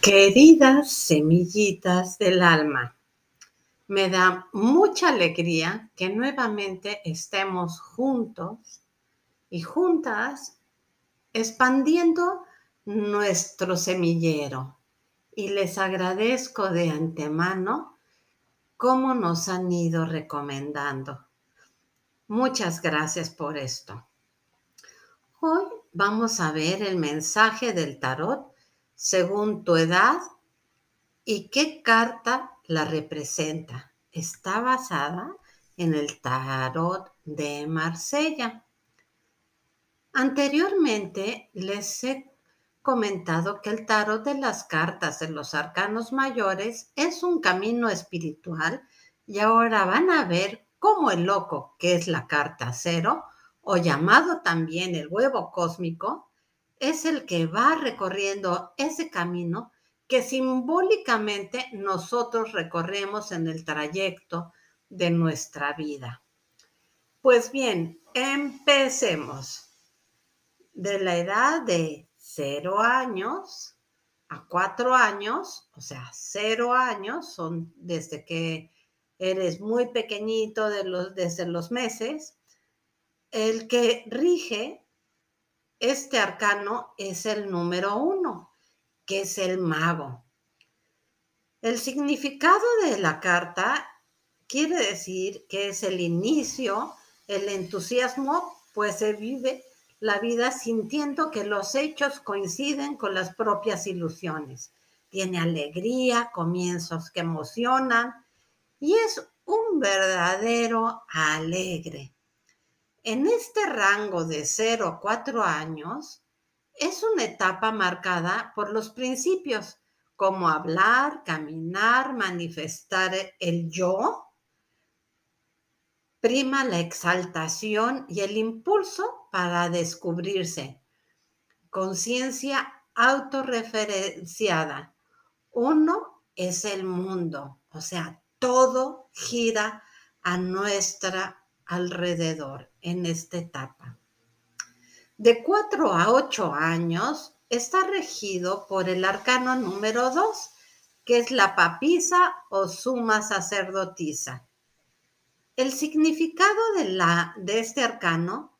Queridas semillitas del alma, me da mucha alegría que nuevamente estemos juntos y juntas expandiendo nuestro semillero. Y les agradezco de antemano cómo nos han ido recomendando. Muchas gracias por esto. Hoy vamos a ver el mensaje del tarot según tu edad y qué carta la representa. Está basada en el tarot de Marsella. Anteriormente les he comentado que el tarot de las cartas de los arcanos mayores es un camino espiritual y ahora van a ver cómo el loco, que es la carta cero, o llamado también el huevo cósmico, es el que va recorriendo ese camino que simbólicamente nosotros recorremos en el trayecto de nuestra vida. Pues bien, empecemos. De la edad de 0 años a 4 años, o sea, 0 años son desde que eres muy pequeñito, desde los meses. El que rige este arcano es el número 1, que es el mago. El significado de la carta quiere decir que es el inicio, el entusiasmo, pues se vive la vida sintiendo que los hechos coinciden con las propias ilusiones. Tiene alegría, comienzos que emocionan y es un verdadero alegre. En este rango de 0 a 4 años es una etapa marcada por los principios como hablar, caminar, manifestar el yo. Prima la exaltación y el impulso para descubrirse. Conciencia autorreferenciada. Uno es el mundo, o sea, todo gira a nuestro alrededor en esta etapa. De 4 a 8 años está regido por el arcano número 2, que es la papisa o suma sacerdotisa. El significado de este arcano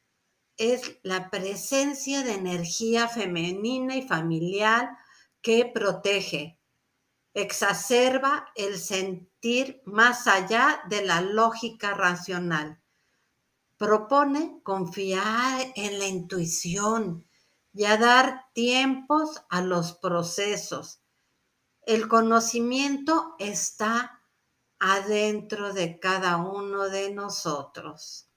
es la presencia de energía femenina y familiar que protege, exacerba el sentir más allá de la lógica racional. Propone confiar en la intuición y a dar tiempos a los procesos. El conocimiento está adentro de cada uno de nosotros.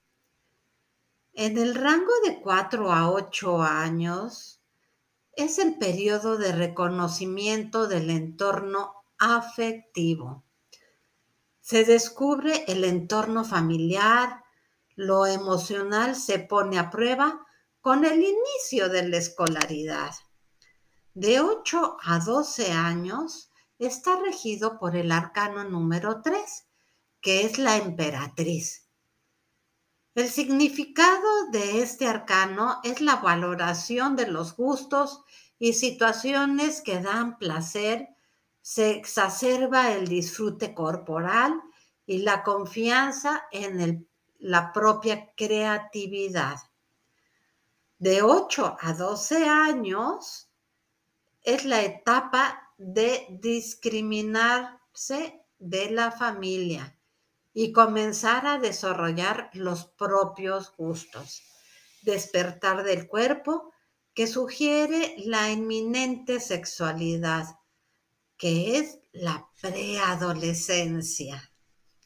En el rango de 4 a 8 años es el periodo de reconocimiento del entorno afectivo. Se descubre el entorno familiar, lo emocional se pone a prueba con el inicio de la escolaridad. De 8 a 12 años está regido por el arcano número 3, que es la emperatriz. El significado de este arcano es la valoración de los gustos y situaciones que dan placer, se exacerba el disfrute corporal y la confianza en la propia creatividad. De 8 a 12 años es la etapa de discriminarse de la familia y comenzar a desarrollar los propios gustos. Despertar del cuerpo que sugiere la inminente sexualidad, que es la preadolescencia.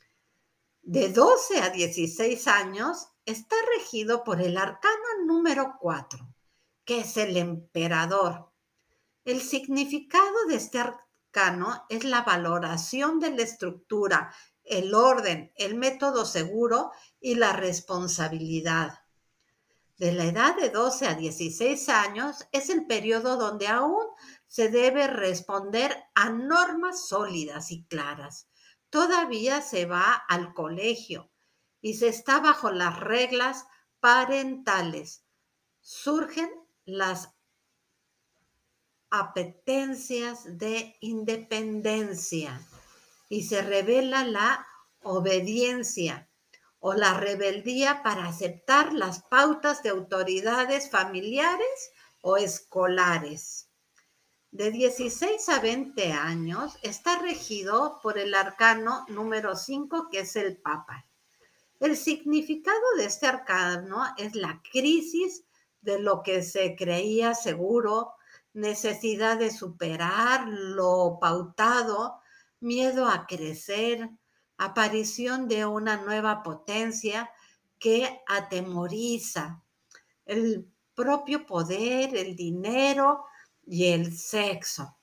De 12 a 16 años está regido por el arcano número 4, que es el emperador. El significado de este arcano es la valoración de la estructura, el orden, el método seguro y la responsabilidad. De la edad de 12 a 16 años es el periodo donde aún se debe responder a normas sólidas y claras. Todavía se va al colegio y se está bajo las reglas parentales. Surgen las apetencias de independencia y se revela la obediencia o la rebeldía para aceptar las pautas de autoridades familiares o escolares. De 16 a 20 años está regido por el arcano número 5, que es el Papa. El significado de este arcano es la crisis de lo que se creía seguro, necesidad de superar lo pautado, miedo a crecer, aparición de una nueva potencia que atemoriza, el propio poder, el dinero y el sexo.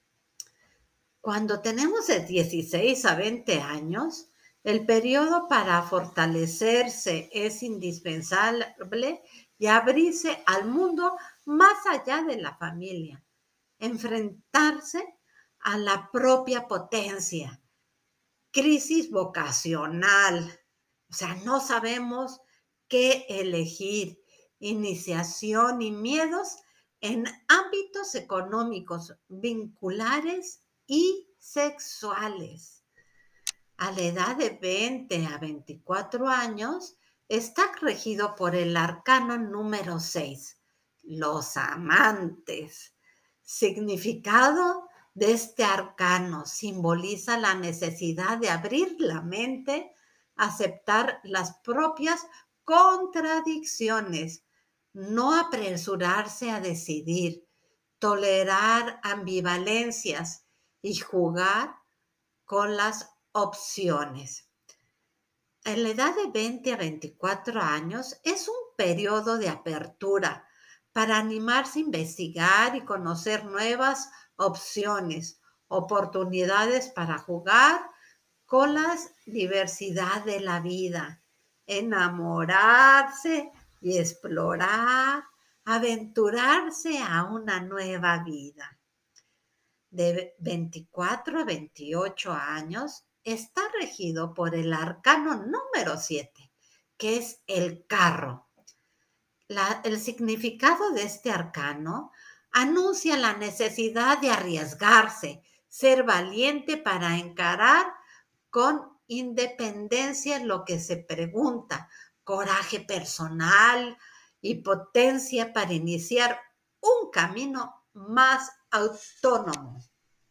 Cuando tenemos de 16 a 20 años, el periodo para fortalecerse es indispensable y abrirse al mundo más allá de la familia, enfrentarse a la propia potencia, crisis vocacional, o sea, no sabemos qué elegir, iniciación y miedos en ámbitos económicos, vinculares y sexuales. A la edad de 20 a 24 años está regido por el arcano número 6, los amantes. Significado de este arcano simboliza la necesidad de abrir la mente, aceptar las propias contradicciones, no apresurarse a decidir, tolerar ambivalencias y jugar con las opciones. En la edad de 20 a 24 años es un periodo de apertura para animarse a investigar y conocer nuevas opciones, oportunidades para jugar con la diversidad de la vida, enamorarse y explorar, aventurarse a una nueva vida. De 24 a 28 años está regido por el arcano número 7, que es el carro. El significado de este arcano anuncia la necesidad de arriesgarse, ser valiente para encarar con independencia lo que se pregunta, coraje personal y potencia para iniciar un camino más autónomo.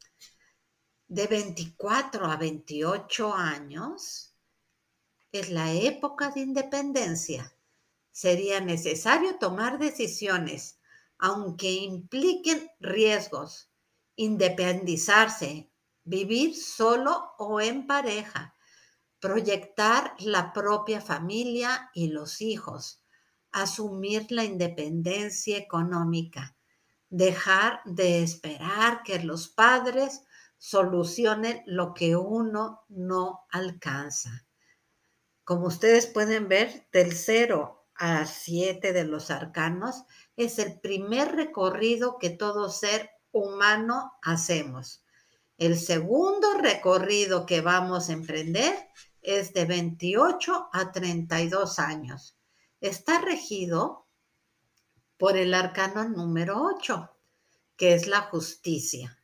De 24 a 28 años es la época de independencia. Sería necesario tomar decisiones, aunque impliquen riesgos, independizarse, vivir solo o en pareja, proyectar la propia familia y los hijos, asumir la independencia económica, dejar de esperar que los padres solucionen lo que uno no alcanza. Como ustedes pueden ver, del 0 a 7 de los arcanos es el primer recorrido que todo ser humano hacemos. El segundo recorrido que vamos a emprender es de 28 a 32 años. Está regido por el arcano número 8, que es la justicia.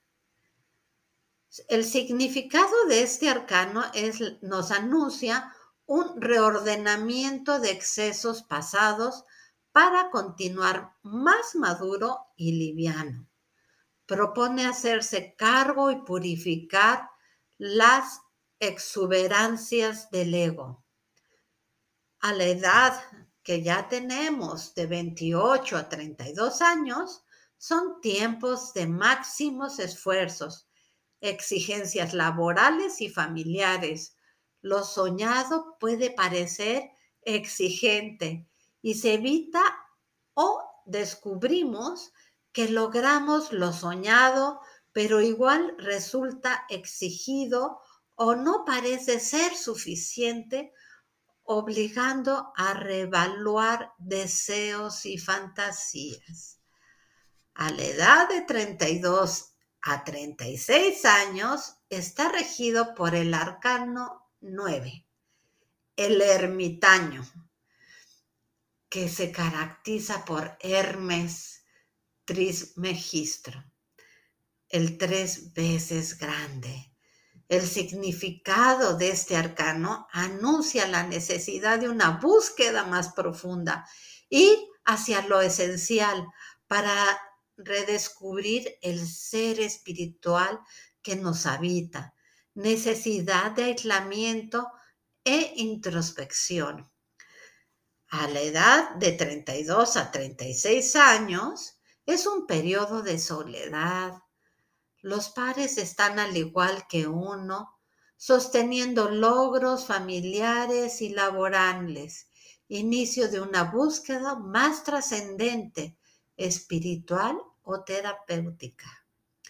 El significado de este arcano nos anuncia un reordenamiento de excesos pasados para continuar más maduro y liviano. Propone hacerse cargo y purificar las exuberancias del ego. A la edad que ya tenemos de 28 a 32 años, son tiempos de máximos esfuerzos, exigencias laborales y familiares. Lo soñado puede parecer exigente y se evita o descubrimos que logramos lo soñado, pero igual resulta exigido o no parece ser suficiente, obligando a reevaluar deseos y fantasías. A la edad de 32 a 36 años está regido por el arcano 9, el ermitaño, que se caracteriza por Hermes Trismegistro. el 3 veces grande. El significado de este arcano anuncia la necesidad de una búsqueda más profunda, ir hacia lo esencial para redescubrir el ser espiritual que nos habita, necesidad de aislamiento e introspección. A la edad de 32 a 36 años es un periodo de soledad. Los pares están al igual que uno, sosteniendo logros familiares y laborales, inicio de una búsqueda más trascendente, espiritual o terapéutica.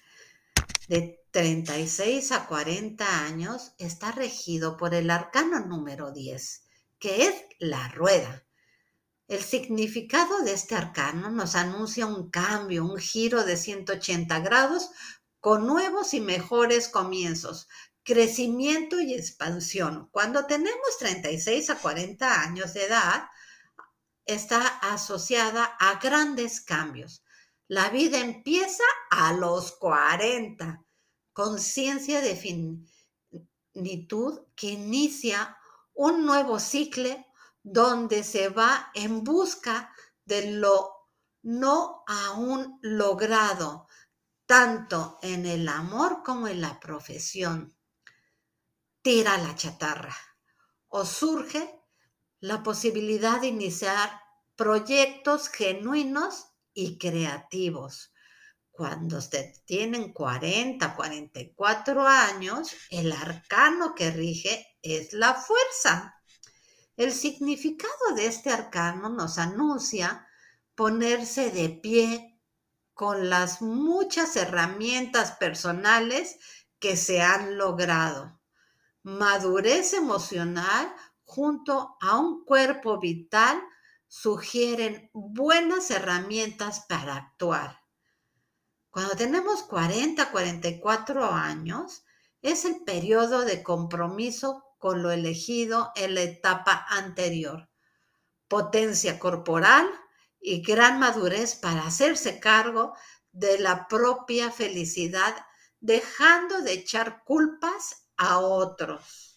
De 36 a 40 años está regido por el arcano número 10, que es la rueda. El significado de este arcano nos anuncia un cambio, un giro de 180 grados con nuevos y mejores comienzos, crecimiento y expansión. Cuando tenemos 36 a 40 años de edad, está asociada a grandes cambios. La vida empieza a los 40, conciencia de finitud que inicia un nuevo ciclo donde se va en busca de lo no aún logrado, tanto en el amor como en la profesión. Tira la chatarra o surge la posibilidad de iniciar proyectos genuinos y creativos. Cuando ustedes tienen 40, 44 años, el arcano que rige es la fuerza. El significado de este arcano nos anuncia ponerse de pie con las muchas herramientas personales que se han logrado. Madurez emocional junto a un cuerpo vital sugieren buenas herramientas para actuar. Cuando tenemos 40, 44 años, es el periodo de compromiso con lo elegido en la etapa anterior. Potencia corporal y gran madurez para hacerse cargo de la propia felicidad, dejando de echar culpas a otros.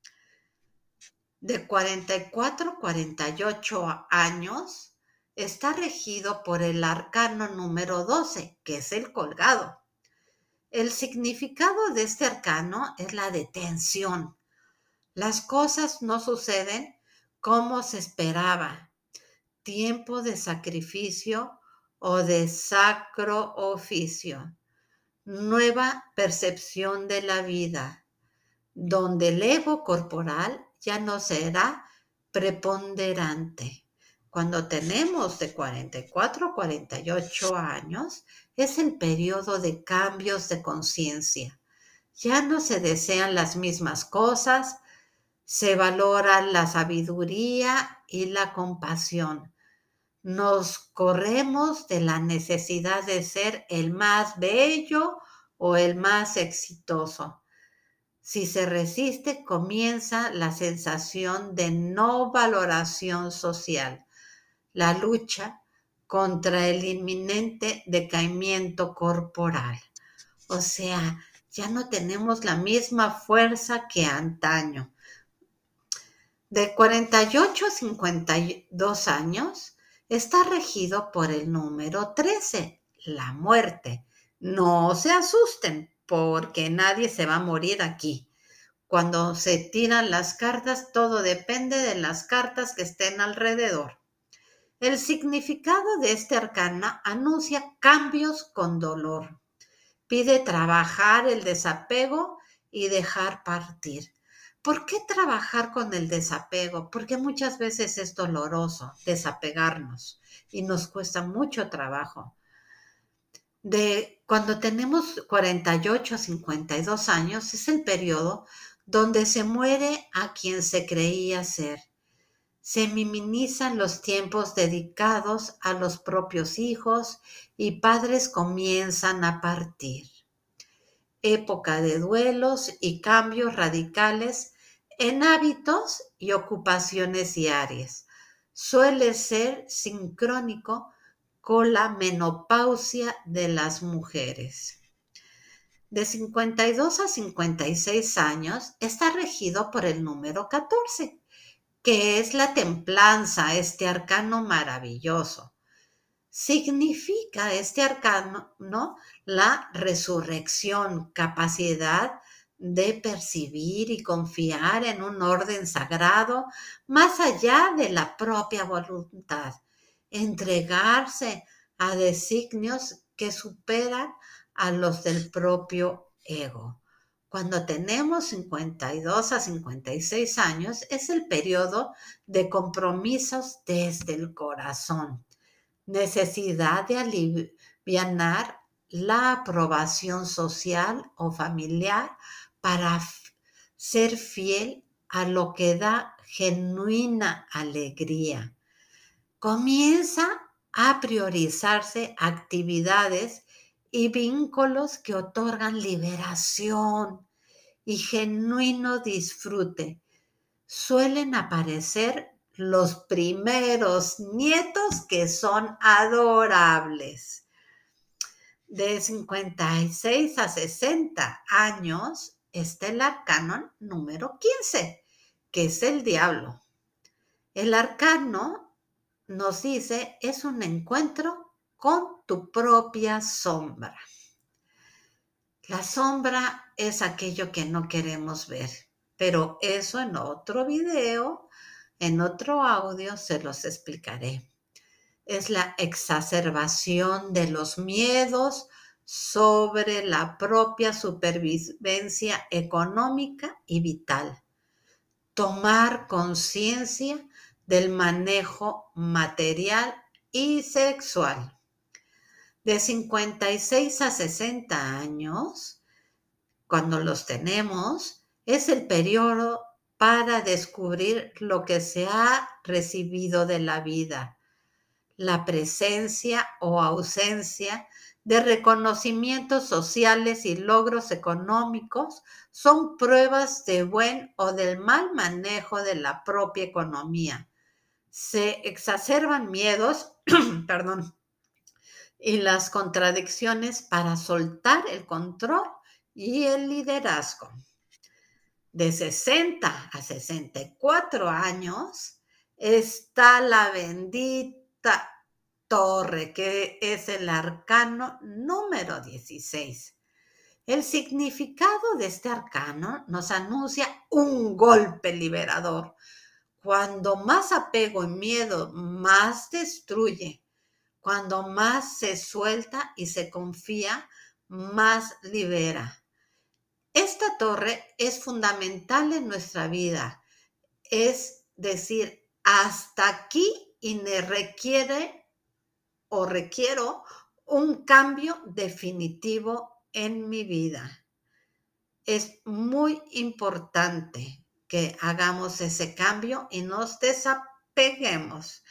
De 44 a 48 años, está regido por el arcano número 12, que es el colgado. El significado de este arcano es la detención. Las cosas no suceden como se esperaba. Tiempo de sacrificio o de sacro oficio. Nueva percepción de la vida, donde el ego corporal ya no será preponderante. Cuando tenemos de 44 a 48 años, es el periodo de cambios de conciencia. Ya no se desean las mismas cosas, se valora la sabiduría y la compasión. Nos corremos de la necesidad de ser el más bello o el más exitoso. Si se resiste, comienza la sensación de no valoración social, la lucha contra el inminente decaimiento corporal. O sea, ya no tenemos la misma fuerza que antaño. De 48 a 52 años, está regido por el número 13, la muerte. No se asusten, porque nadie se va a morir aquí. Cuando se tiran las cartas, todo depende de las cartas que estén alrededor. El significado de este arcano anuncia cambios con dolor. Pide trabajar el desapego y dejar partir. ¿Por qué trabajar con el desapego? Porque muchas veces es doloroso desapegarnos y nos cuesta mucho trabajo. Cuando tenemos 48 a 52 años es el periodo donde se muere a quien se creía ser. Se minimizan los tiempos dedicados a los propios hijos y padres comienzan a partir. Época de duelos y cambios radicales en hábitos y ocupaciones diarias. Suele ser sincrónico con la menopausia de las mujeres. De 52 a 56 años está regido por el número 14, que es la templanza, este arcano maravilloso. Significa este arcano, ¿no? La resurrección, capacidad de percibir y confiar en un orden sagrado más allá de la propia voluntad, entregarse a designios que superan a los del propio ego. Cuando tenemos 52 a 56 años es el periodo de compromisos desde el corazón, necesidad de alivianar la aprobación social o familiar para ser fiel a lo que da genuina alegría. Comienza a priorizarse actividades y vínculos que otorgan liberación y genuino disfrute. Suelen aparecer los primeros nietos que son adorables. De 56 a 60 años está el arcano número 15, que es el diablo. El arcano nos dice es un encuentro con tu propia sombra. La sombra es aquello que no queremos ver, pero eso en otro video, en otro audio se los explicaré. Es la exacerbación de los miedos sobre la propia supervivencia económica y vital. Tomar conciencia del manejo material y sexual. De 56 a 60 años, cuando los tenemos, es el periodo para descubrir lo que se ha recibido de la vida. La presencia o ausencia de reconocimientos sociales y logros económicos son pruebas de buen o del mal manejo de la propia economía. Se exacerban miedos, perdón, y las contradicciones para soltar el control y el liderazgo. De 60 a 64 años está la bendita torre, que es el arcano número 16. El significado de este arcano nos anuncia un golpe liberador. Cuando más apego y miedo, más destruye. Cuando más se suelta y se confía, más libera. Esta torre es fundamental en nuestra vida. Es decir, hasta aquí y me requiere o requiero un cambio definitivo en mi vida. Es muy importante que hagamos ese cambio y nos desapeguemos.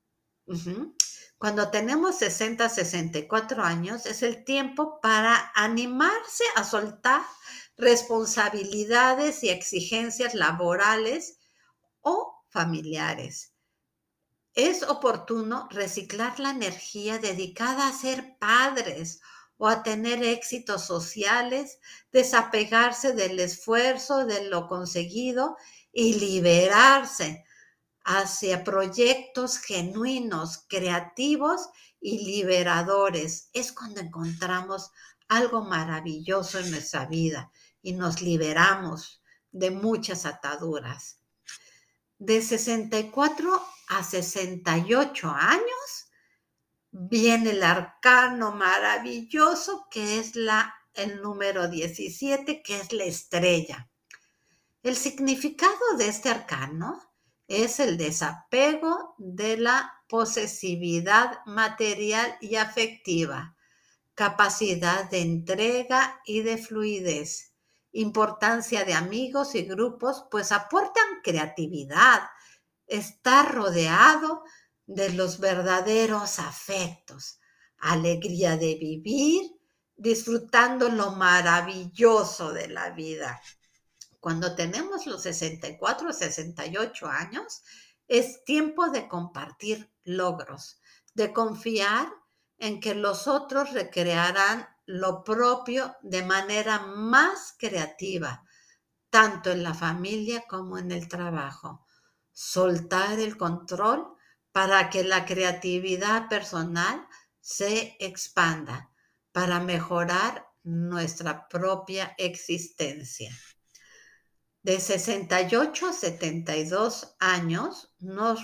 Cuando tenemos 60, 64 años, es el tiempo para animarse a soltar responsabilidades y exigencias laborales o familiares. Es oportuno reciclar la energía dedicada a ser padres o a tener éxitos sociales, desapegarse del esfuerzo, de lo conseguido y liberarse hacia proyectos genuinos, creativos y liberadores. Es cuando encontramos algo maravilloso en nuestra vida y nos liberamos de muchas ataduras. De 64 a 68 años viene el arcano maravilloso que es el número 17, que es la estrella. El significado de este arcano es el desapego de la posesividad material y afectiva, capacidad de entrega y de fluidez, importancia de amigos y grupos, pues aportan creatividad, estar rodeado de los verdaderos afectos, alegría de vivir, disfrutando lo maravilloso de la vida. Cuando tenemos los 64 o 68 años, es tiempo de compartir logros, de confiar en que los otros recrearán lo propio de manera más creativa, tanto en la familia como en el trabajo. Soltar el control para que la creatividad personal se expanda, para mejorar nuestra propia existencia. De 68 a 72 años nos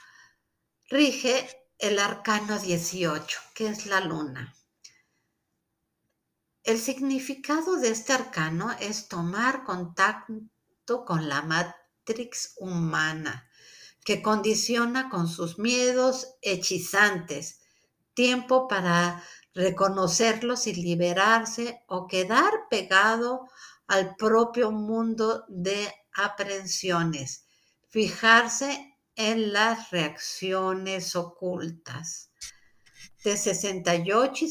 rige el arcano 18, que es la luna. El significado de este arcano es tomar contacto con la matrix humana, que condiciona con sus miedos hechizantes, tiempo para reconocerlos y liberarse o quedar pegado al propio mundo de aprensiones, fijarse en las reacciones ocultas. De 68 y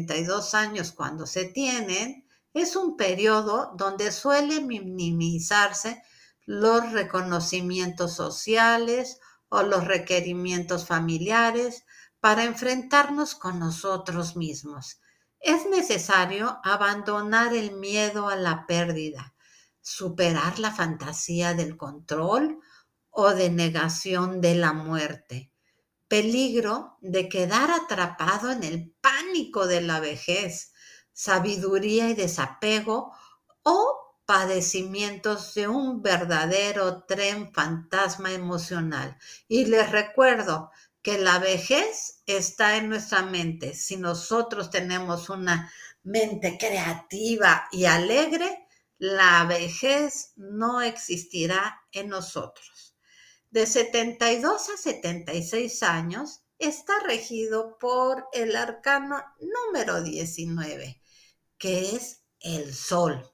72 años cuando se tienen, es un periodo donde suele minimizarse los reconocimientos sociales o los requerimientos familiares para enfrentarnos con nosotros mismos. Es necesario abandonar el miedo a la pérdida, superar la fantasía del control o de negación de la muerte. Peligro de quedar atrapado en el pánico de la vejez, sabiduría y desapego o padecimientos de un verdadero tren fantasma emocional. Y les recuerdo que la vejez está en nuestra mente. Si nosotros tenemos una mente creativa y alegre, la vejez no existirá en nosotros. De 72 a 76 años está regido por el arcano número 19, que es el sol.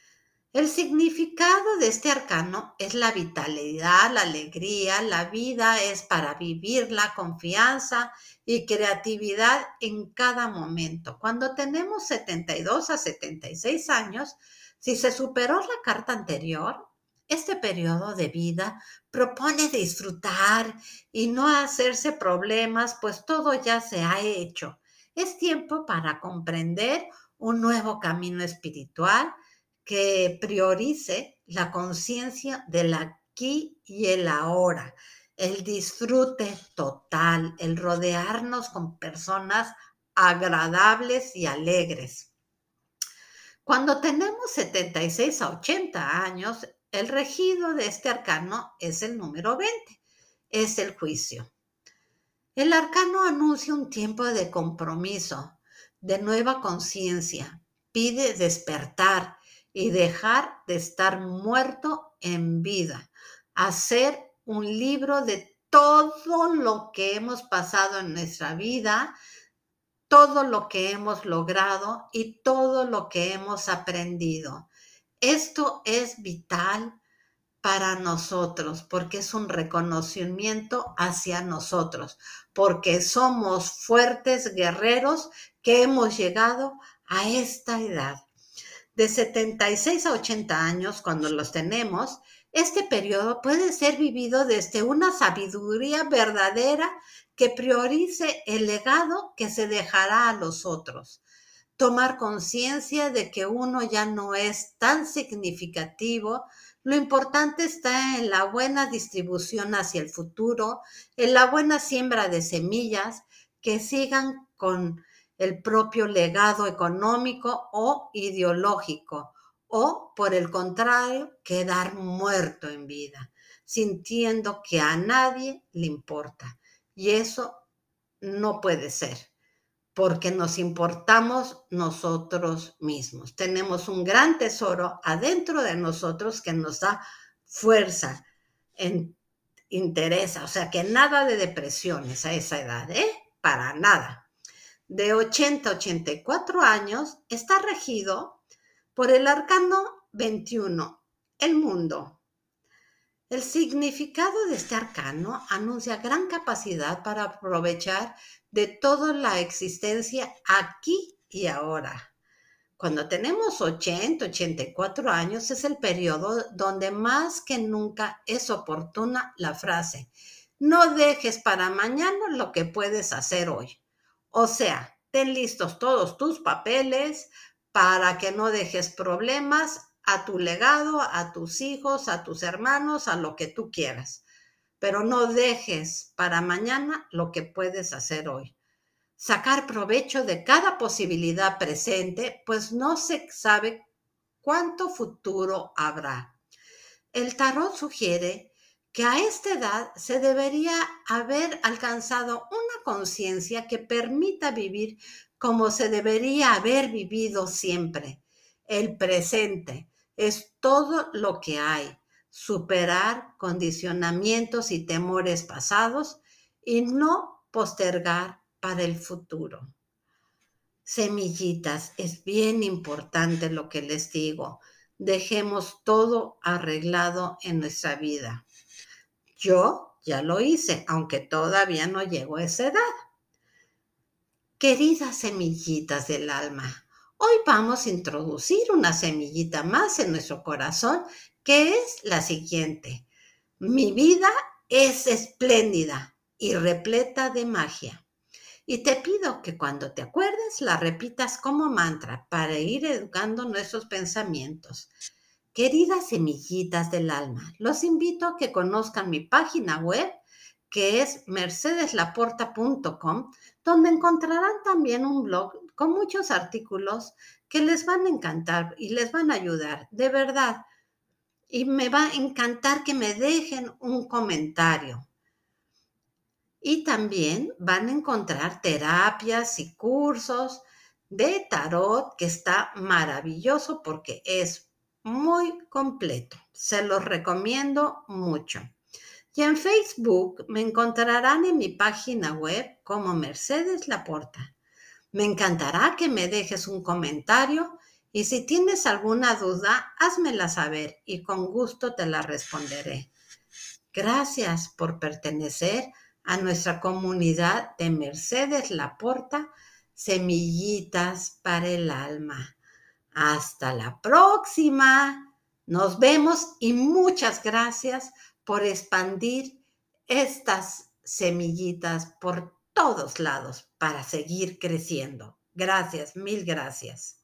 El significado de este arcano es la vitalidad, la alegría, la vida es para vivir la confianza y creatividad en cada momento. Cuando tenemos 72 a 76 años, si se superó la carta anterior, este periodo de vida propone disfrutar y no hacerse problemas, pues todo ya se ha hecho. Es tiempo para comprender un nuevo camino espiritual que priorice la conciencia del aquí y el ahora, el disfrute total, el rodearnos con personas agradables y alegres. Cuando tenemos 76 a 80 años, el regido de este arcano es el número 20, es el juicio. El arcano anuncia un tiempo de compromiso, de nueva conciencia, pide despertar y dejar de estar muerto en vida, hacer un libro de todo lo que hemos pasado en nuestra vida, todo lo que hemos logrado y todo lo que hemos aprendido. Esto es vital para nosotros, porque es un reconocimiento hacia nosotros, porque somos fuertes guerreros que hemos llegado a esta edad. De 76 a 80 años, cuando los tenemos, este periodo puede ser vivido desde una sabiduría verdadera que priorice el legado que se dejará a los otros. Tomar conciencia de que uno ya no es tan significativo. Lo importante está en la buena distribución hacia el futuro, en la buena siembra de semillas que sigan con el propio legado económico o ideológico, o por el contrario, quedar muerto en vida, sintiendo que a nadie le importa. Y eso no puede ser, porque nos importamos nosotros mismos. Tenemos un gran tesoro adentro de nosotros que nos da fuerza, interesa, o sea que nada de depresiones a esa edad, para nada. De 80 a 84 años está regido por el arcano 21, el mundo. El significado de este arcano anuncia gran capacidad para aprovechar de toda la existencia aquí y ahora. Cuando tenemos 80, 84 años es el periodo donde más que nunca es oportuna la frase: no dejes para mañana lo que puedes hacer hoy. O sea, ten listos todos tus papeles para que no dejes problemas a tu legado, a tus hijos, a tus hermanos, a lo que tú quieras. Pero no dejes para mañana lo que puedes hacer hoy. Sacar provecho de cada posibilidad presente, pues no se sabe cuánto futuro habrá. El tarot sugiere que a esta edad se debería haber alcanzado una conciencia que permita vivir como se debería haber vivido siempre. El presente es todo lo que hay. Superar condicionamientos y temores pasados y no postergar para el futuro. Semillitas, es bien importante lo que les digo. Dejemos todo arreglado en nuestra vida. Yo ya lo hice, aunque todavía no llego a esa edad. Queridas semillitas del alma, hoy vamos a introducir una semillita más en nuestro corazón, que es la siguiente. Mi vida es espléndida y repleta de magia. Y te pido que cuando te acuerdes la repitas como mantra para ir educando nuestros pensamientos. Queridas semillitas del alma, los invito a que conozcan mi página web, que es mercedeslaporta.com, donde encontrarán también un blog con muchos artículos que les van a encantar y les van a ayudar, de verdad. Y me va a encantar que me dejen un comentario. Y también van a encontrar terapias y cursos de tarot, que está maravilloso porque es muy completo. Se los recomiendo mucho. Y en Facebook me encontrarán en mi página web como Mercedes Laporta. Me encantará que me dejes un comentario y si tienes alguna duda, házmela saber y con gusto te la responderé. Gracias por pertenecer a nuestra comunidad de Mercedes Laporta, Semillitas para el Alma. Hasta la próxima. Nos vemos y muchas gracias por expandir estas semillitas por todos lados para seguir creciendo. Gracias, mil gracias.